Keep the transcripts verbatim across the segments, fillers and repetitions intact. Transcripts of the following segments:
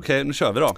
Okej, nu kör vi då.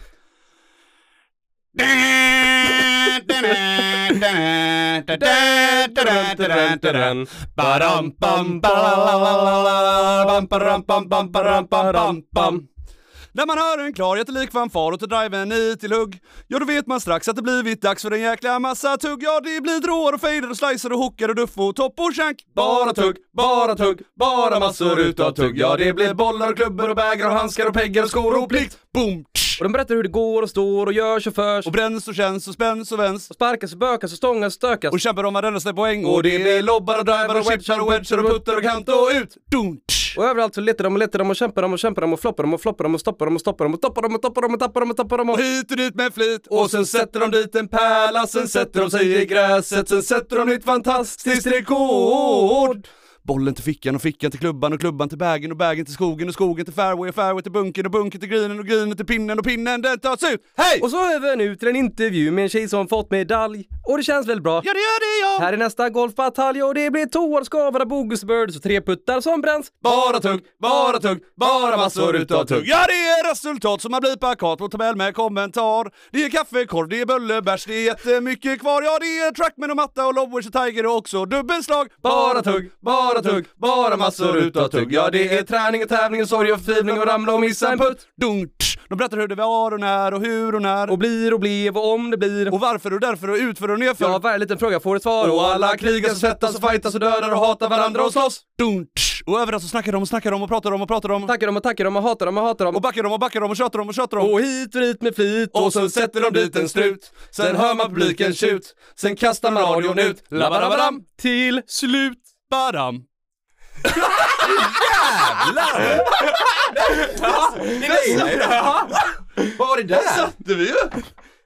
När man hör en klar jättelik fanfar och till driven i till hugg, ja då vet man strax att det blivit dags för en jäkla massa tugg. Ja det blir dråar och fejder och slicer och hookar och duff och topp och shank. Bara tugg, bara tugg, bara massor utav tugg. Ja det blir bollar och klubbor och bägar och handskar och peggar och skor och plikt. Boom! Och de berättar hur det går och står och görs och förs. Och bränns och känns och spänns och vänds. Och sparkas och bökas och stångas och stökas. Och kämpar om varenda sig poäng. Och det blir lobbar och driver och chipsar och wedgar och puttar och kant och ut. Dun! Och överallt så letar de och letar de och kämpar de och kämpar de och floppar de och floppar de och stoppar de och stoppar de och toppar de och toppar de och tappar de och tappar de och... Och hit och dit med flit. Och sen sätter de dit en pärla. Sen sätter de sig i gräset. Sen sätter de ett fantastiskt rekord. Bollen till fickan och fickan till klubban och klubban till bagen och bagen till skogen och skogen till fairway och fairway till bunken och bunken till greenen och greenen till pinnen och pinnen den tas ut. Hej! Och så över nu till en intervju med en tjej som fått medalj. Och det känns väl bra? Ja det gör det ja! Här är nästa golfbatalj och det blir tår, skavade bogusbirds och tre puttar som bränns. Bara tugg, bara tugg, bara massor utav tugg. Ja det är resultat som har blivit plakat på tabell med kommentar. Det är kaffekorv, det är bullebärs, det är jättemycket kvar. Ja det är trackman och matta och lobwers och tiger och också dubbelslag. Bara tugg, bara tugg, bara massor utav tugg. Ja det är träning och tävling och sorg och förtvivling och ramla och missa en putt. Dunk. De berättar hur det var och när och hur och när. Och blir och blev och om det blir. Och varför och därför och utför och nerför. Ja, varje liten fråga får ett svar. Och alla krigas och svettas och fightas och dödar och hatar varandra och slåss. Dunk. Och överallt så snackar de och snackar de och pratar de och pratar de. Tackar de och tackar de och hatar de och hatar de. Och backar de och backar de och tjötar de och tjötar de. Och hit och dit med flit. Och sen sätter de dit en strut. Sen hör man publiken tjut. Sen kastar man radion ut. Labarabadam. Till slut. Badam. Jävlar! Ja, det var det där. Vad var det där? Det satte vi ju.